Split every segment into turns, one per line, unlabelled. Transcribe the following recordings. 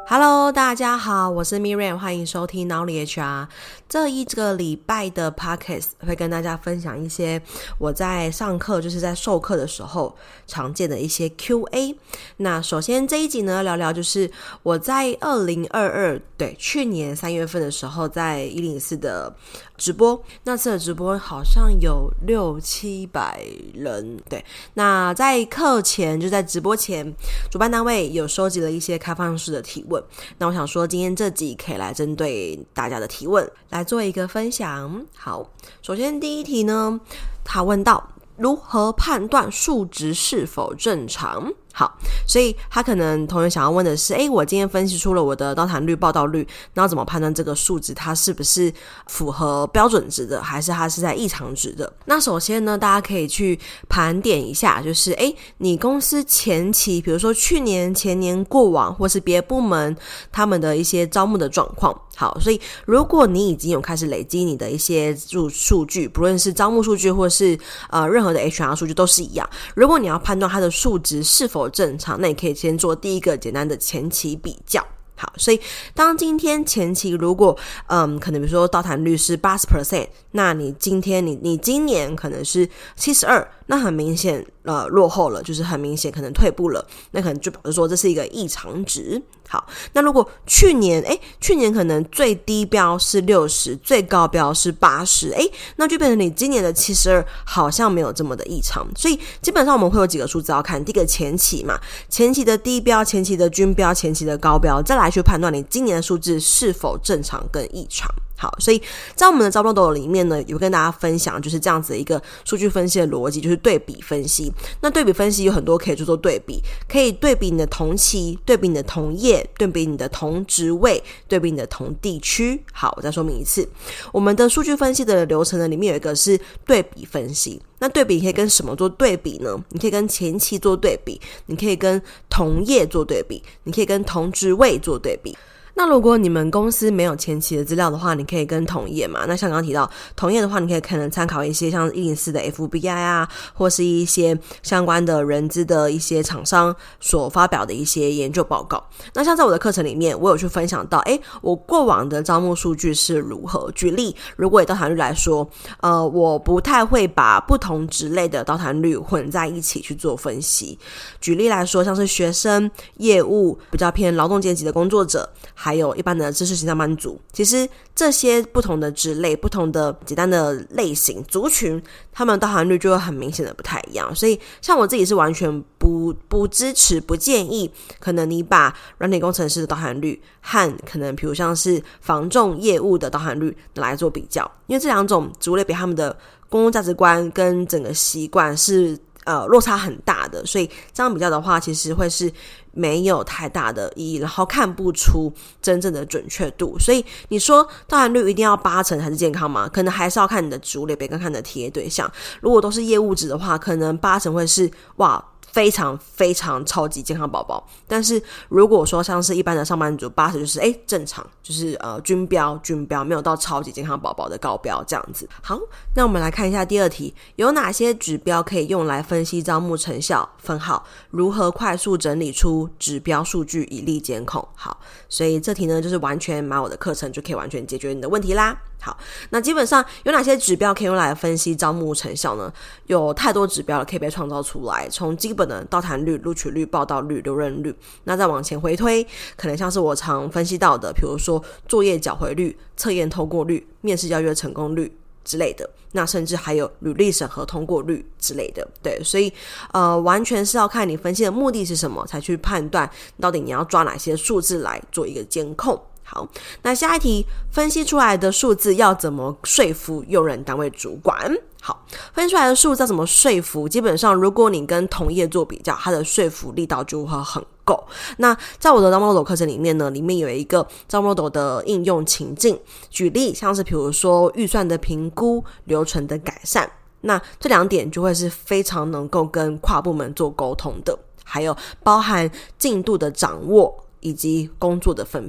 Hello， 大家好，我是 Miriam， 欢迎收听脑里 HR。这一个礼拜的 Podcast 会跟大家分享一些我在上课，就是在授课的时候常见的一些 QA。那首先这一集呢，聊聊就是我在2022去年3月份的时候，在104的直播，那次的直播好像有600-700人。对，那在课前，就在直播前，主办单位有收集了一些开放式的提问。那我想说今天这集可以来针对大家的提问来做一个分享。好，首先第一题呢，他问到如何判断数值是否正常。好，所以他可能同学想要问的是，我今天分析出了我的到谈率、报到率，然后怎么判断这个数值它是不是符合标准值的，还是它是在异常值的？那首先呢，大家可以去盘点一下，就是你公司前期，比如说去年、前年、过往，或是别部门他们的一些招募的状况。好，所以如果你已经有开始累积你的一些数据，不论是招募数据或是任何的 HR 数据都是一样。如果你要判断它的数值是否正常，那你可以先做第一个简单的前期比较。好，所以当今天前期如果可能比如说到谈率是 80%， 那你今天你今年可能是72%，那很明显落后了，就是很明显可能退步了，那可能就表示说这是一个异常值。好，那如果去年可能最低标是60，最高标是80，那就变成你今年的72好像没有这么的异常。所以基本上我们会有几个数字要看，第一个前期嘛，前期的低标、前期的均标、前期的高标，再来去判断你今年的数字是否正常跟异常。好，所以在我们的招标斗里面呢，有跟大家分享就是这样子的一个数据分析的逻辑，就是对比分析。那对比分析有很多可以做对比，可以对比你的同期，对比你的同业，对比你的同职位，对比你的同地区。好，我再说明一次，我们的数据分析的流程呢，里面有一个是对比分析。那对比你可以跟什么做对比呢？你可以跟前期做对比，你可以跟同业做对比，你可以跟同职位做对比。那如果你们公司没有前期的资料的话，你可以跟同业嘛。那像刚刚提到同业的话，你可能参考一些像104的 FBI 啊，或是一些相关的人资的一些厂商所发表的一些研究报告。那像在我的课程里面，我有去分享到我过往的招募数据是如何。举例，如果以到谈率来说，我不太会把不同职类的到谈率混在一起去做分析。举例来说，像是学生、业务，比较偏劳动阶级的工作者，还有一般的知识型上班族，其实这些不同的职类、不同的简单的类型族群，他们的到谈率就会很明显的不太一样。所以像我自己是完全不支持、不建议，可能你把软体工程师的到谈率和可能比如像是房仲业务的到谈率来做比较，因为这两种职务类别他们的公共价值观跟整个习惯是落差很大的，所以这样比较的话，其实会是没有太大的意义，然后看不出真正的准确度。所以你说到谈率一定要80%才是健康吗？可能还是要看你的职务类别跟看你的体业对象。如果都是业务职的话，可能80%会是非常非常超级健康宝宝。但是如果说像是一般的上班族，80%就是正常，就是均标没有到超级健康宝宝的高标这样子。好，那我们来看一下第二题，有哪些指标可以用来分析招募成效？分号，如何快速整理出指标数据以利监控？好，所以这题呢就是完全买我的课程就可以完全解决你的问题啦。好，那基本上有哪些指标可以用来分析招募成效呢？有太多指标了可以被创造出来，从基本的到谈率、录取率、报到率、留任率，那再往前回推，可能像是我常分析到的，比如说作业缴回率、测验通过率、面试邀约成功率之类的，那甚至还有履历审核通过率之类的。对，所以完全是要看你分析的目的是什么，才去判断到底你要抓哪些数字来做一个监控。好，那下一题，分析出来的数字要怎么说服用人单位主管？好，分析出来的数字要怎么说服？基本上如果你跟同业做比较，它的说服力道就会很够。那在我的招募漏斗课程里面呢，里面有一个招募漏斗的应用情境，举例像是比如说预算的评估、流程的改善，那这两点就会是非常能够跟跨部门做沟通的，还有包含进度的掌握以及工作的分配。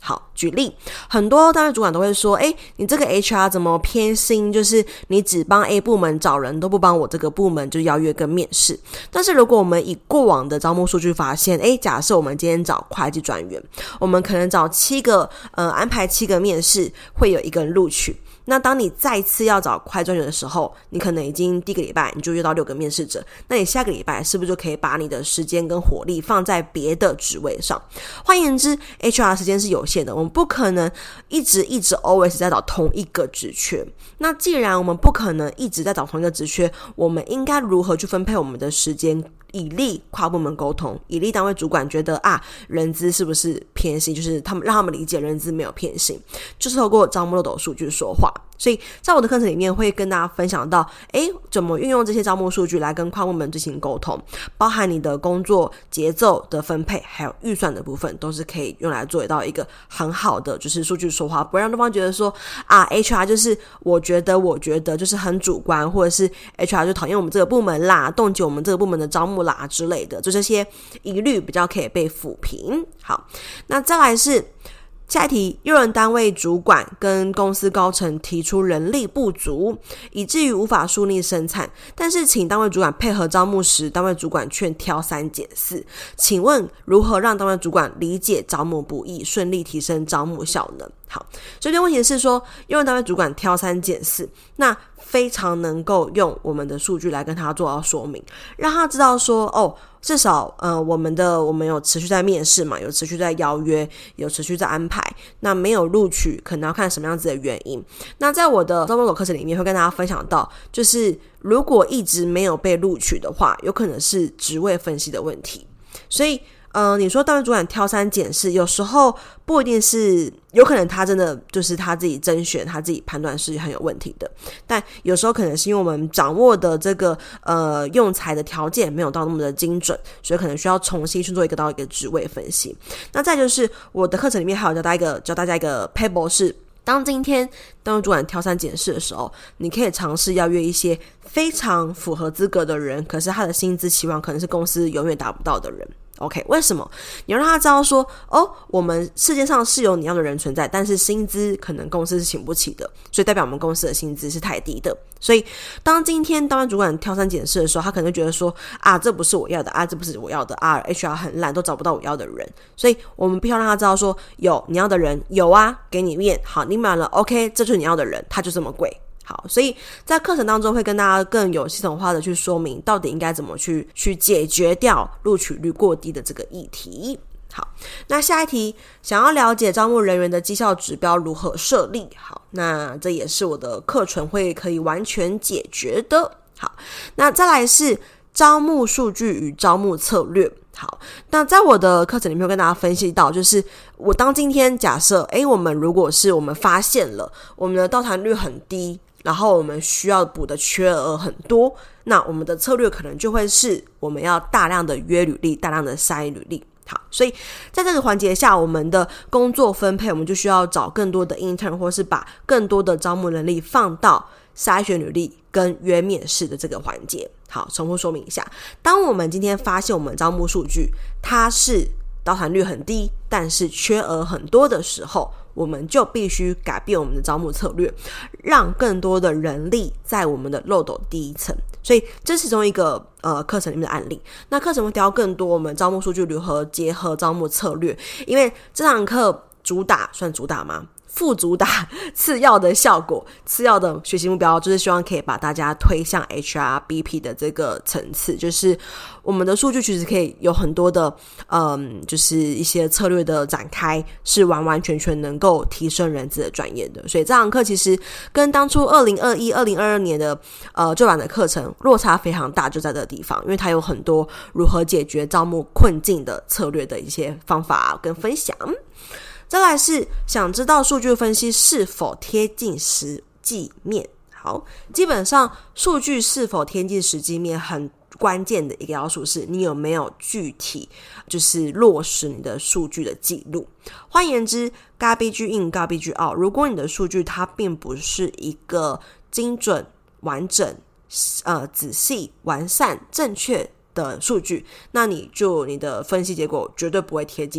好，举例，很多单位主管都会说，你这个 HR 怎么偏心，就是你只帮 A 部门找人，都不帮我这个部门就邀约跟面试。但是如果我们以过往的招募数据发现，假设我们今天找会计专员，我们可能找安排7个面试，会有1个人录取。那当你再次要找会计专员的时候，你可能已经第一个礼拜你就约到6个面试者，那你下个礼拜是不是就可以把你的时间跟火力放在别的职位上？换言之 HR 时间是有限的，我们不可能一直 always 在找同一个职缺。那既然我们不可能一直在找同一个职缺，我们应该如何去分配我们的时间，以利跨部门沟通，以利单位主管觉得人资是不是偏心，就是让他们理解人资没有偏心，就是透过招募漏斗数据说话。所以在我的课程里面会跟大家分享到怎么运用这些招募数据来跟跨部门进行沟通，包含你的工作节奏的分配还有预算的部分，都是可以用来做到一个很好的就是数据说话，不会让对方觉得说HR 就是我觉得就是很主观，或者是 HR 就讨厌我们这个部门啦，冻结我们这个部门的招募啦之类的，就这些疑虑比较可以被抚平。好，那再来是下一题，用人单位主管跟公司高层提出人力不足，以至于无法顺利生产，但是请单位主管配合招募时，单位主管却挑3拣4，请问如何让单位主管理解招募不易，顺利提升招募效能？好，所以这问题是说，用人单位主管挑3拣4，那非常能够用我们的数据来跟他做到说明，让他知道说至少我们有持续在面试嘛，有持续在邀约，有持续在安排，那没有录取可能要看什么样子的原因。那在我的招募课程里面会跟大家分享到，就是如果一直没有被录取的话，有可能是职位分析的问题。所以你说单位主管挑3拣4，有时候不一定是，有可能他真的就是他自己甄选，他自己判断是很有问题的，但有时候可能是因为我们掌握的这个用材的条件没有到那么的精准，所以可能需要重新去做一个职位分析。那再就是我的课程里面还有教大家一个 paper 是，当今天单位主管挑3拣4的时候，你可以尝试要约一些非常符合资格的人，可是他的薪资期望可能是公司永远达不到的人。OK， 为什么？你要让他知道说，我们世界上是有你要的人存在，但是薪资可能公司是请不起的，所以代表我们公司的薪资是太低的。所以当今天单位主管挑3拣4的时候，他可能会觉得说这不是我要的这不是我要的HR 很烂，都找不到我要的人。所以我们必须要让他知道说，有你要的人，有给你面，好，你买了 OK， 这就是你要的人，他就这么贵。好，所以在课程当中会跟大家更有系统化的去说明到底应该怎么去解决掉录取率过低的这个议题。好，那下一题，想要了解招募人员的绩效指标如何设立。好，那这也是我的课程会可以完全解决的。好，那再来是招募数据与招募策略。好，那在我的课程里面会跟大家分析到，就是我当今天假设我们如果是我们发现了我们的到谈率很低，然后我们需要补的缺额很多，那我们的策略可能就会是我们要大量的约履历，大量的筛履历。好，所以在这个环节下，我们的工作分配我们就需要找更多的 intern， 或是把更多的招募能力放到筛选履历跟约面试的这个环节。好，重复说明一下，当我们今天发现我们招募数据它是到谈率很低，但是缺额很多的时候，我们就必须改变我们的招募策略，让更多的人力在我们的漏斗第一层。所以这是其中一个课程里面的案例。那课程会聊更多我们招募数据如何结合招募策略，因为这堂课算主打吗？副主打次要的效果，次要的学习目标就是希望可以把大家推向 HRBP 的这个层次，就是我们的数据其实可以有很多的就是一些策略的展开，是完完全全能够提升人资的专业的。所以这堂课其实跟当初2021、2022年的旧版的课程落差非常大，就在这个地方，因为它有很多如何解决招募困境的策略的一些方法跟分享。再来是想知道数据分析是否贴近实际面。好，基本上数据是否贴近实际面很关键的一个要素是你有没有具体就是落实你的数据的记录。换言之 garbage in garbage out， 如果你的数据它并不是一个精准完整仔细完善正确的数据，那你的分析结果绝对不会贴近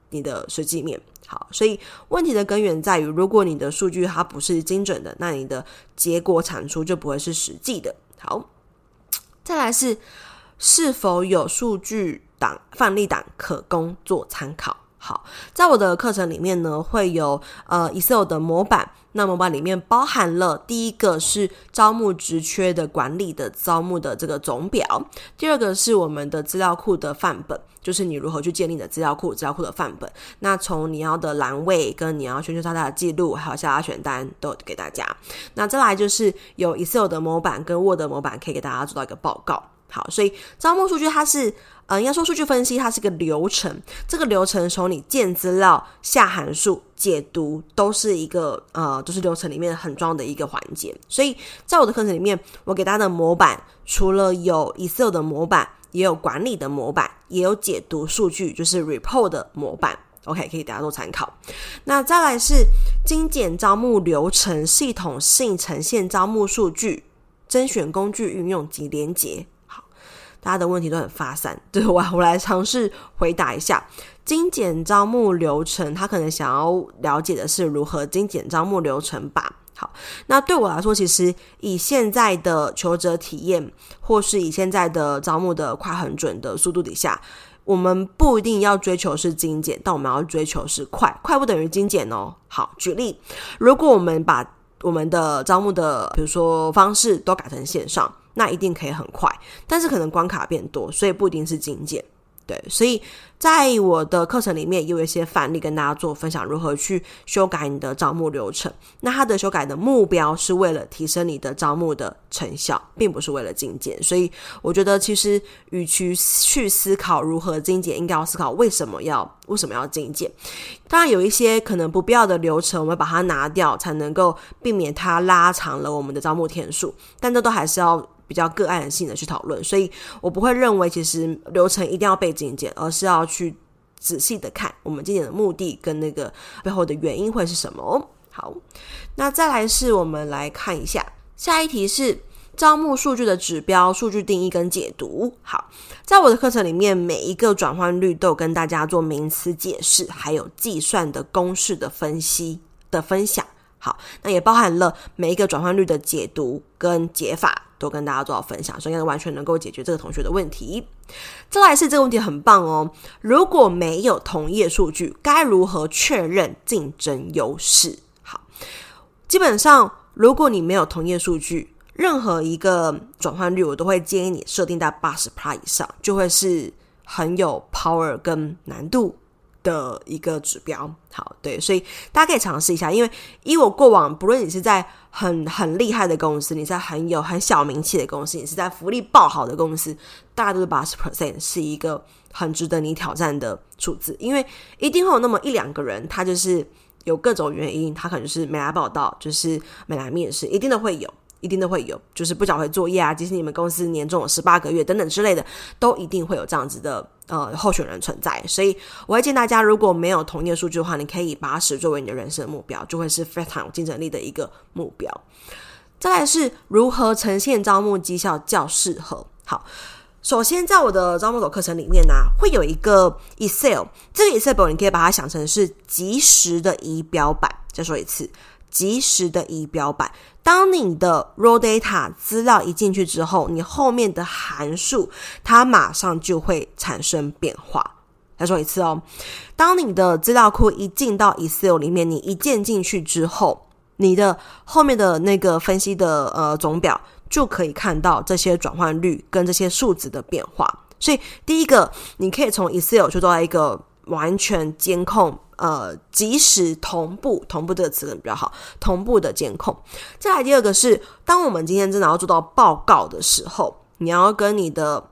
你的实际面。好，所以问题的根源在于，如果你的数据它不是精准的，那你的结果产出就不会是实际的。好，再来是否有数据档、范例档可供做参考。好，在我的课程里面呢，会有Excel 的模板，那模板里面包含了第一个是招募职缺的管理的招募的这个总表，第二个是我们的资料库的范本，就是你如何去建立你的资料库的范本。那从你要的栏位跟你要圈圈叉叉的记录，还有下拉选单都有给大家。那再来就是有 Excel 的模板跟 Word 的模板，可以给大家做到一个报告。好，所以招募数据它是应该说数据分析它是个流程，这个流程从你建资料、下函数、解读都是一个就是流程里面很重要的一个环节。所以在我的课程里面，我给大家的模板除了有 Excel 的模板，也有管理的模板，也有解读数据就是 report 的模板。OK， 可以大家做参考。那再来是精简招募流程，系统性呈现招募数据，甄选工具运用及连结。大家的问题都很发散，对，我来尝试回答一下。精简招募流程，他可能想要了解的是如何精简招募流程吧。好，那对我来说，其实以现在的求职体验，或是以现在的招募的快很准的速度底下，我们不一定要追求是精简，但我们要追求是快不等于精简哦。好，举例，如果我们把我们的招募的比如说方式都改成线上，那一定可以很快，但是可能关卡变多，所以不一定是精简。对，所以在我的课程里面也有一些范例跟大家做分享，如何去修改你的招募流程。那它的修改的目标是为了提升你的招募的成效，并不是为了精简。所以我觉得其实与其去思考如何精简，应该要思考为什么要精简。当然有一些可能不必要的流程，我们把它拿掉，才能够避免它拉长了我们的招募天数，但这都还是要比较个案性的去讨论，所以我不会认为其实流程一定要被精简，而是要去仔细的看我们精简的目的跟那个背后的原因会是什么。好，那再来是我们来看一下下一题是招募数据的指标、数据定义跟解读。好，在我的课程里面，每一个转换率都有跟大家做名词解释，还有计算的公式的分析的分享。好，那也包含了每一个转换率的解读跟解法，都跟大家做到分享，所以完全能够解决这个同学的问题。再来是这个问题很棒哦，如果没有同业数据，该如何确认竞争优势？好，基本上如果你没有同业数据，任何一个转换率我都会建议你设定在 80% 以上，就会是很有 power 跟难度的一个指标。好，对，所以大家可以尝试一下，因为以我过往，不论你是在很厉害的公司，你在很小名气的公司，你是在福利爆好的公司，大概都是 80% 是一个很值得你挑战的数字。因为一定会有那么一两个人，他就是有各种原因，他可能就是没来报到，就是没来面试，一定都会有，就是不缴回作业啊，即使你们公司年终有18个月等等之类的，都一定会有这样子的候选人存在。所以我会建议大家，如果没有同业数据的话，你可以把80作为你的人生目标，就会是非常有竞争力的一个目标。再来是如何呈现招募绩效较适合。好，首先在我的招募狗课程里面会有一个 Excel， 这个 Excel 你可以把它想成是即时的仪表板。再说一次，即时的仪表板，当你的 raw data 资料一进去之后，你后面的函数它马上就会产生变化。再说一次哦，当你的资料库一进到 Excel 里面，你一键进去之后，你的后面的那个分析的总表就可以看到这些转换率跟这些数值的变化。所以第一个，你可以从 Excel 去做到一个完全监控即时同步这个词可能比较好，同步的监控。再来第二个是，当我们今天真的要做到报告的时候，你要跟你的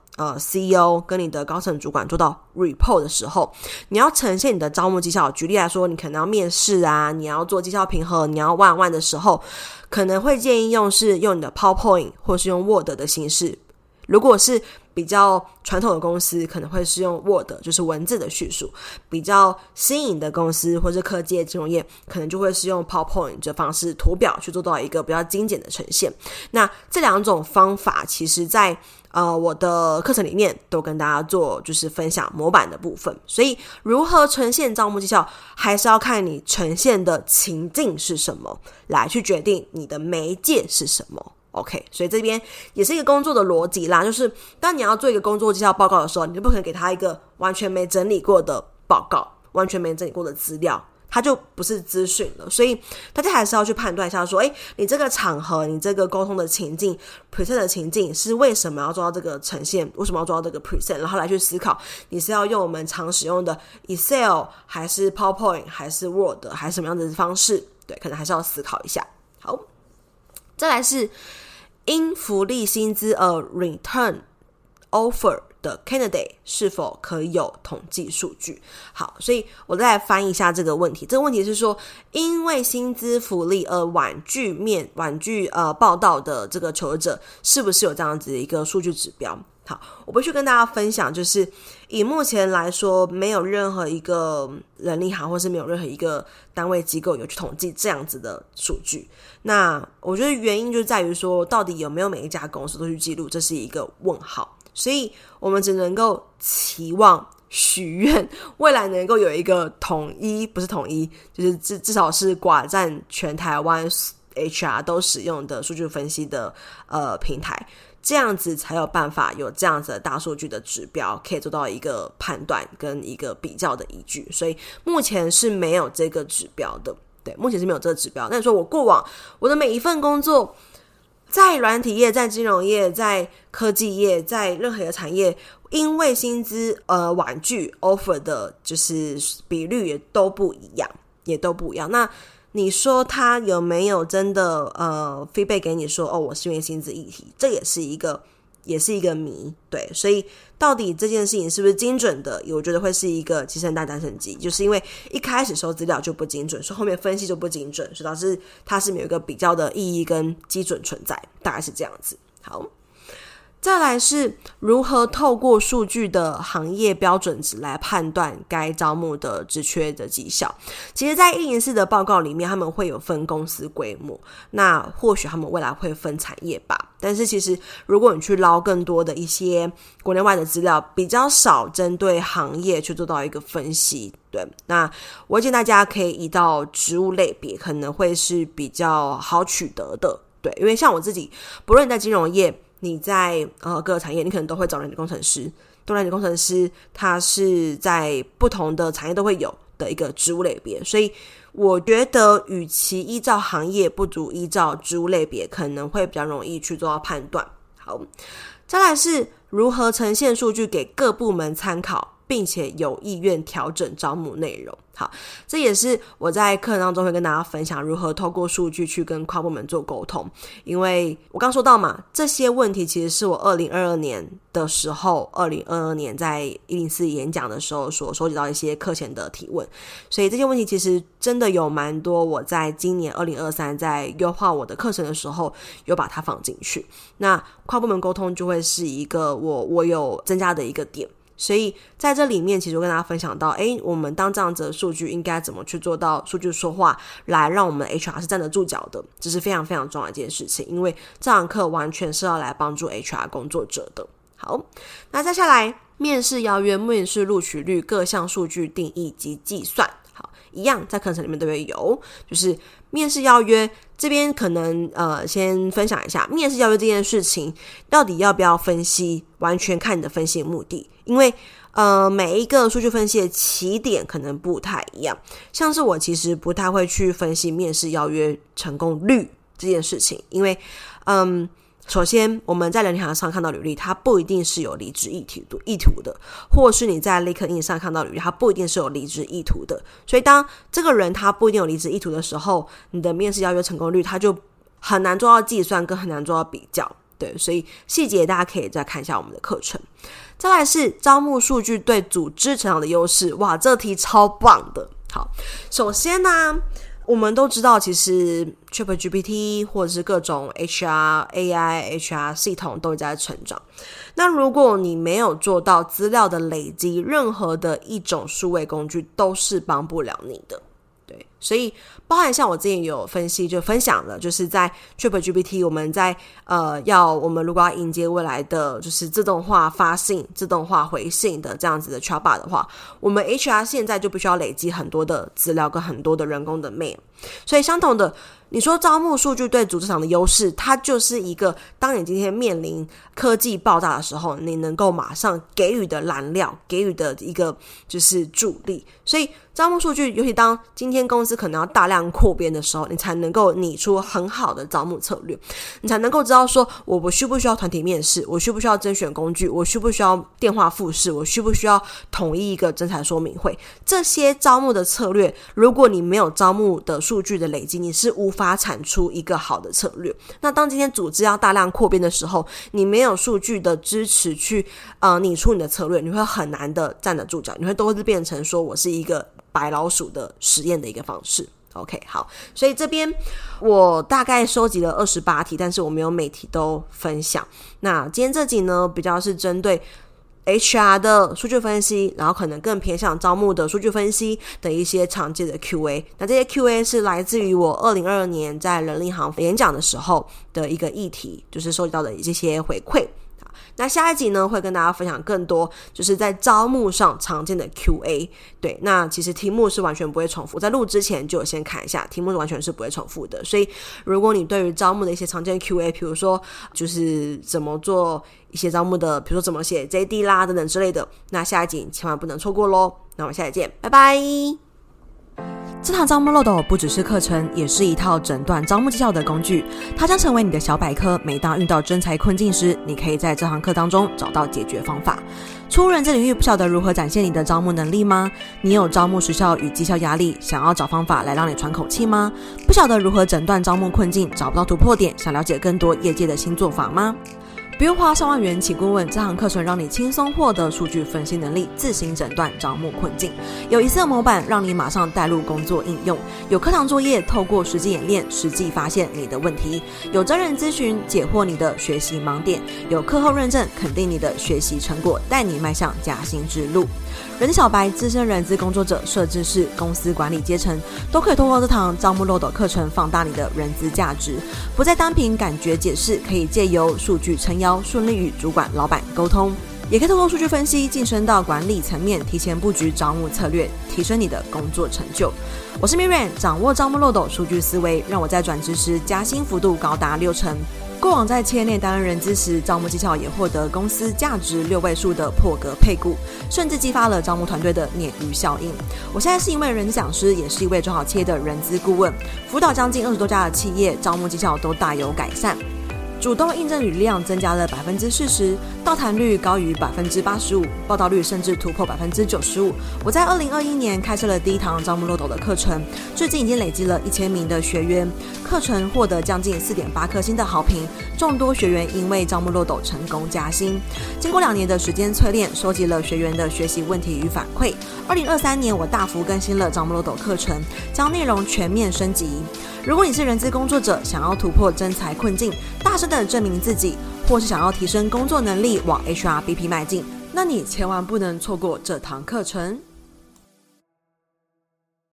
CEO 跟你的高层主管做到 report 的时候，你要呈现你的招募绩效。举例来说，你可能要面试啊，你要做绩效评核，你要1-on-1的时候，可能会建议用你的 PowerPoint 或是用 Word 的形式如果是比较传统的公司，可能会是用 Word， 就是文字的叙述；比较新颖的公司或是科技金融业，可能就会是用 PowerPoint 的方式图表去做到一个比较精简的呈现。那这两种方法，其实在我的课程里面都跟大家做就是分享模板的部分。所以如何呈现招募绩效，还是要看你呈现的情境是什么，来去决定你的媒介是什么。OK， 所以这边也是一个工作的逻辑啦，就是当你要做一个工作绩效报告的时候，你就不可能给他一个完全没整理过的报告，完全没整理过的资料，它就不是资讯了。所以大家还是要去判断一下说，你这个场合，你这个沟通的情境 present 的情境是为什么要做到这个呈现，为什么要做到这个 present， 然后来去思考你是要用我们常使用的 Excel 还是 PowerPoint 还是 Word 还是什么样的方式，对，可能还是要思考一下。好，再来是因福利薪资而 return offer的 candidate 是否可以有统计数据。好，所以我再来翻译一下这个问题。这个问题是说，因为薪资福利而婉拒报道的这个求职者，是不是有这样子的一个数据指标？好，我必须跟大家分享，就是以目前来说，没有任何一个人力行或是没有任何一个单位机构有去统计这样子的数据。那我觉得原因就在于说，到底有没有每一家公司都去记录，这是一个问号。所以我们只能够期望许愿未来能够有一个统一，不是统一，就是至少是寡占全台湾 HR 都使用的数据分析的平台，这样子才有办法有这样子的大数据的指标，可以做到一个判断跟一个比较的依据。所以目前是没有这个指标的，对，目前是没有这个指标。那你说我过往我的每一份工作，在软体业、在金融业、在科技业、在任何一个产业，因为薪资婉拒 offer 的就是比率也都不一样。那你说他有没有真的feedback 给你说我是因为薪资议题，这也是一个谜。对，所以到底这件事情是不是精准的，我觉得会是一个其实很大单程机，就是因为一开始收资料就不精准，所以后面分析就不精准，所以导致它是没有一个比较的意义跟基准存在，大概是这样子。好，再来是如何透过数据的行业标准值来判断该招募的职缺的绩效。其实在104的报告里面，他们会有分公司规模，那或许他们未来会分产业吧，但是其实如果你去捞更多的一些国内外的资料，比较少针对行业去做到一个分析。对，那我建议大家可以移到职务类别，可能会是比较好取得的。对，因为像我自己，不论你在金融业，你在各个产业，你可能都会找人力工程师。人力工程师他是在不同的产业都会有的一个职务类别，所以我觉得与其依照行业，不如依照职务类别，可能会比较容易去做到判断。好，再来是如何呈现数据给各部门参考，并且有意愿调整招募内容。好，这也是我在课程当中会跟大家分享如何透过数据去跟跨部门做沟通。因为我刚说到嘛，这些问题其实是我2022年的时候，2022年在104演讲的时候所收集到一些课前的提问，所以这些问题其实真的有蛮多，我在今年2023在优化我的课程的时候有把它放进去。那跨部门沟通就会是一个我有增加的一个点。所以在这里面其实我跟大家分享到我们当这样子的数据应该怎么去做到数据说话，来让我们的 HR 是站得住脚的，这是非常非常重要的一件事情，因为这堂课完全是要来帮助 HR 工作者的。好，那接下来面试邀约、面试录取率、各项数据定义及计算。好，一样在课程里面都会有，就是面试邀约这边可能先分享一下面试邀约这件事情到底要不要分析，完全看你的分析的目的。因为每一个数据分析的起点可能不太一样，像是我其实不太会去分析面试邀约成功率这件事情，因为首先我们在人力行上看到履历，它不一定是有离职意图的，或是你在 LinkedIn 上看到履历，它不一定是有离职意图的。所以当这个人他不一定有离职意图的时候，你的面试邀约成功率它就很难做到计算，跟很难做到比较。对，所以细节大家可以再看一下我们的课程。再来是招募数据对组织成长的优势。哇，这题超棒的。好，首先呢我们都知道，其实 ChatGPT 或者是各种 HR、AI、HR 系统都在成长。那如果你没有做到资料的累积，任何的一种数位工具都是帮不了你的。对，所以包含像我之前有分析就分享了，就是在 ChatGPT 我们在我们如果要迎接未来的就是自动化发信、自动化回信的这样子的 Chatbot 的话，我们 HR 现在就必须要累积很多的资料跟很多的人工的 mail。 所以相同的，你说招募数据对组织上的优势，它就是一个当你今天面临科技爆炸的时候，你能够马上给予的燃料，给予的一个就是助力。所以招募数据，尤其当今天公司可能要大量扩编的时候，你才能够拟出很好的招募策略，你才能够知道说我需不需要团体面试，我需不需要甄选工具，我需不需要电话复试，我需不需要统一一个征才说明会。这些招募的策略，如果你没有招募的数据的累积，你是无法产出一个好的策略。那当今天组织要大量扩编的时候，你没有数据的支持去拟出你的策略，你会很难的站得住脚，你会都会变成说我是一个白老鼠的实验的一个方式。OK， 好，所以这边我大概收集了28题，但是我没有每题都分享。那今天这集呢，比较是针对HR 的数据分析，然后可能更偏向招募的数据分析的一些常见的 QA。 那这些 QA 是来自于我2022年在人力行演讲的时候的一个议题，就是收集到的这些回馈。那下一集呢，会跟大家分享更多就是在招募上常见的 QA。 对，那其实题目是完全不会重复，在录之前就有先看一下，题目完全是不会重复的。所以如果你对于招募的一些常见的 QA， 比如说就是怎么做一些招募的，比如说怎么写 JD 啦等等之类的，那下一集你千万不能错过咯。那我们下一集见，拜拜。这堂招募漏斗不只是课程，也是一套诊断招募绩效的工具，它将成为你的小百科。每当遇到征才困境时，你可以在这堂课当中找到解决方法。初入人资领域，不晓得如何展现你的招募能力吗？你有招募时效与绩效压力，想要找方法来让你喘口气吗？不晓得如何诊断招募困境，找不到突破点，想了解更多业界的新做法吗？不用花上万元请顾问，这堂课程让你轻松获得数据分析能力，自行诊断招募困境。有1次模板让你马上带入工作应用，有课堂作业透过实际演练，实际发现你的问题，有真人咨询解惑你的学习盲点，有课后认证肯定你的学习成果，带你迈向加薪之路。人资小白、资深人资工作者、设置师、公司管理阶层，都可以透过这堂招募漏斗课程放大你的人资价值，不再单凭感觉解释，可以借由数据撑腰，顺利与主管、老板沟通，也可以透过数据分析晋升到管理层面，提前布局招募策略，提升你的工作成就。我是 Miriam， 掌握招募漏斗数据思维，让我在转职时加薪幅度高达60%。过往在企业内担任人资时，招募绩效也获得公司价值6位数的破格配股，甚至激发了招募团队的鲶鱼效应。我现在是一位人资讲师，也是一位中小企业的人资顾问，辅导将近20多家的企业，招募绩效都大有改善。主动应征履历量增加了40%，到谈率高于85%，报到率甚至突破95%。我在2021年开设了第一堂招募漏斗的课程，至今已经累积了1000名的学员，课程获得将近4.8颗星的好评，众多学员因为招募漏斗成功加薪。经过2年的时间淬炼，收集了学员的学习问题与反馈。2023年我大幅更新了招募漏斗课程，将内容全面升级。如果你是人资工作者，想要突破征才困境，大声的证明自己，或是想要提升工作能力往 HRBP 迈进，那你千万不能错过这堂课程。